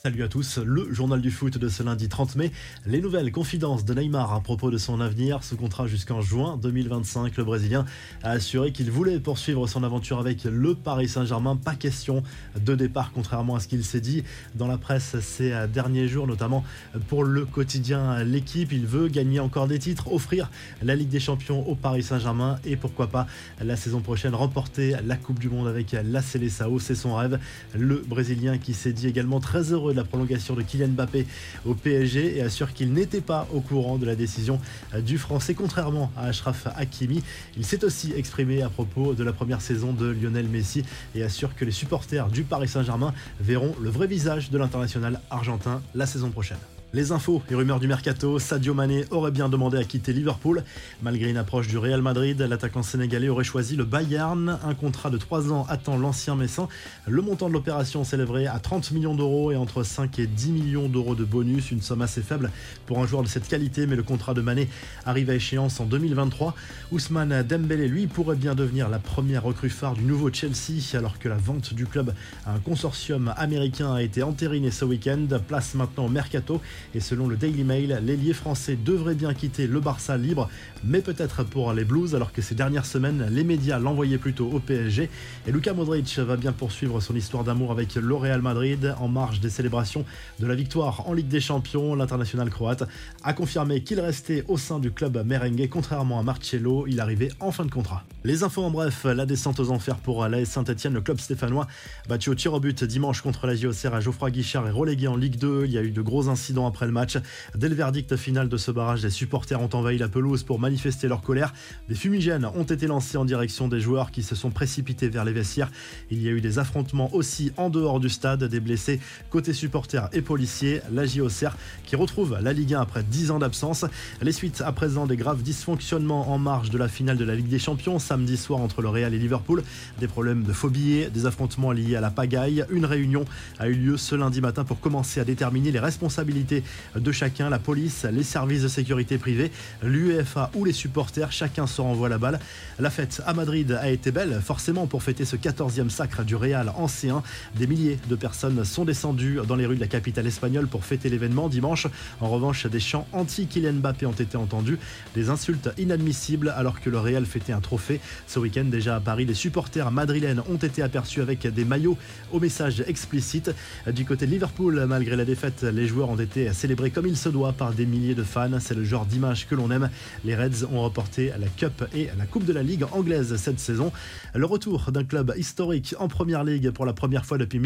Salut à tous, le journal du foot de ce lundi 30 mai. Les nouvelles confidences de Neymar à propos de son avenir sous contrat jusqu'en juin 2025. Le Brésilien a assuré qu'il voulait poursuivre son aventure avec le Paris Saint-Germain. Pas question de départ contrairement à ce qu'il s'est dit dans la presse ces derniers jours, notamment pour le quotidien L'équipe. Il veut gagner encore des titres, offrir la Ligue des Champions au Paris Saint-Germain et pourquoi pas la saison prochaine remporter la Coupe du Monde avec la Seleção. C'est son rêve. Le Brésilien qui s'est dit également très heureux de la prolongation de Kylian Mbappé au PSG et assure qu'il n'était pas au courant de la décision du Français, contrairement à Achraf Hakimi. Il s'est aussi exprimé à propos de la première saison de Lionel Messi et assure que les supporters du Paris Saint-Germain verront le vrai visage de l'international argentin la saison prochaine. Les infos et rumeurs du mercato, Sadio Mané aurait bien demandé à quitter Liverpool. Malgré une approche du Real Madrid, l'attaquant sénégalais aurait choisi le Bayern. Un contrat de 3 ans attend l'ancien Messin. Le montant de l'opération s'élèverait à 30 millions d'euros et entre 5 et 10 millions d'euros de bonus. Une somme assez faible pour un joueur de cette qualité, mais le contrat de Mané arrive à échéance en 2023. Ousmane Dembélé, lui, pourrait bien devenir la première recrue phare du nouveau Chelsea, alors que la vente du club à un consortium américain a été entérinée ce week-end. Place maintenant au mercato. Et selon le Daily Mail, l'ailier français devrait bien quitter le Barça libre, mais peut-être pour les Blues, alors que ces dernières semaines, les médias l'envoyaient plutôt au PSG. Et Luka Modric va bien poursuivre son histoire d'amour avec le Real Madrid en marge des célébrations de la victoire en Ligue des Champions. L'international croate a confirmé qu'il restait au sein du club merengue, contrairement à Marcelo, il arrivait en fin de contrat. Les infos en bref, la descente aux enfers pour l'AS Saint-Etienne, le club stéphanois battu au tir au but dimanche contre la JOCR à Geoffroy Guichard est relégué en Ligue 2. Il y a eu de gros incidents après le match. Dès le verdict final de ce barrage, les supporters ont envahi la pelouse pour manifester leur colère. Des fumigènes ont été lancés en direction des joueurs qui se sont précipités vers les vestiaires. Il y a eu des affrontements aussi en dehors du stade, des blessés côté supporters et policiers. La JOCR qui retrouve la Ligue 1 après 10 ans d'absence. Les suites à présent des graves dysfonctionnements en marge de la finale de la Ligue des Champions samedi soir entre le Real et Liverpool. Des problèmes de faux billets, des affrontements liés à la pagaille. Une réunion a eu lieu ce lundi matin pour commencer à déterminer les responsabilités de chacun, la police, les services de sécurité privés, l'UEFA ou les supporters, chacun se renvoie la balle. La fête à Madrid a été belle, forcément pour fêter ce 14e sacre du Real en C1. Des milliers de personnes sont descendues dans les rues de la capitale espagnole pour fêter l'événement dimanche. En revanche, des chants anti-Kylian Mbappé ont été entendus, des insultes inadmissibles alors que le Real fêtait un trophée. Ce week-end déjà à Paris, les supporters madrilènes ont été aperçus avec des maillots au message explicite. Du côté de Liverpool, malgré la défaite, les joueurs ont été célébrés comme il se doit par des milliers de fans. C'est le genre d'image que l'on aime. Les Reds ont remporté la Cup et la Coupe de la Ligue anglaise cette saison. Le retour d'un club historique en Première Ligue pour la première fois depuis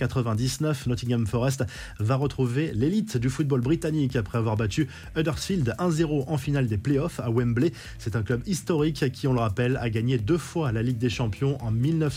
1999. Nottingham Forest va retrouver l'élite du football britannique après avoir battu Huddersfield 1-0 en finale des playoffs à Wembley. C'est un club historique qui, on le rappelle, a gagné 2 fois la Ligue des Champions en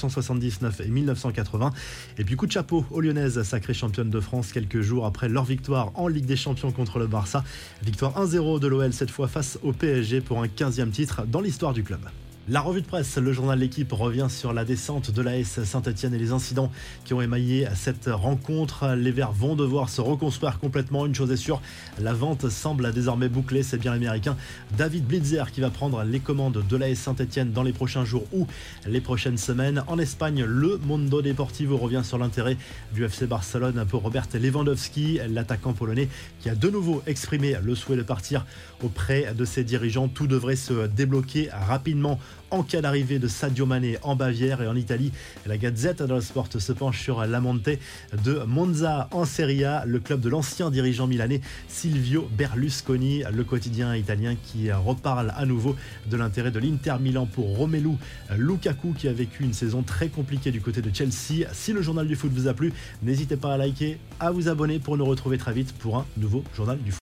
1979 et 1980. Et puis coup de chapeau aux Lyonnaises, sacrées championnes de France quelques jours après leur victoire en Ligue des Champions contre le Barça. Victoire 1-0 de l'OL cette fois face au PSG pour un 15e titre dans l'histoire du club. La revue de presse, le journal L'équipe revient sur la descente de l'AS Saint-Etienne et les incidents qui ont émaillé cette rencontre. Les Verts vont devoir se reconstruire complètement, une chose est sûre, la vente semble désormais bouclée. C'est bien l'Américain David Blitzer qui va prendre les commandes de l'AS Saint-Etienne dans les prochains jours ou les prochaines semaines. En Espagne, le Mundo Deportivo revient sur l'intérêt du FC Barcelone pour Robert Lewandowski, l'attaquant polonais qui a de nouveau exprimé le souhait de partir auprès de ses dirigeants. Tout devrait se débloquer rapidement en cas d'arrivée de Sadio Mané en Bavière. Et en Italie, la Gazzetta dello Sport se penche sur la montée de Monza en Serie A, le club de l'ancien dirigeant milanais Silvio Berlusconi, le quotidien italien qui reparle à nouveau de l'intérêt de l'Inter Milan pour Romelu Lukaku qui a vécu une saison très compliquée du côté de Chelsea. Si le journal du foot vous a plu, n'hésitez pas à liker, à vous abonner pour nous retrouver très vite pour un nouveau journal du foot.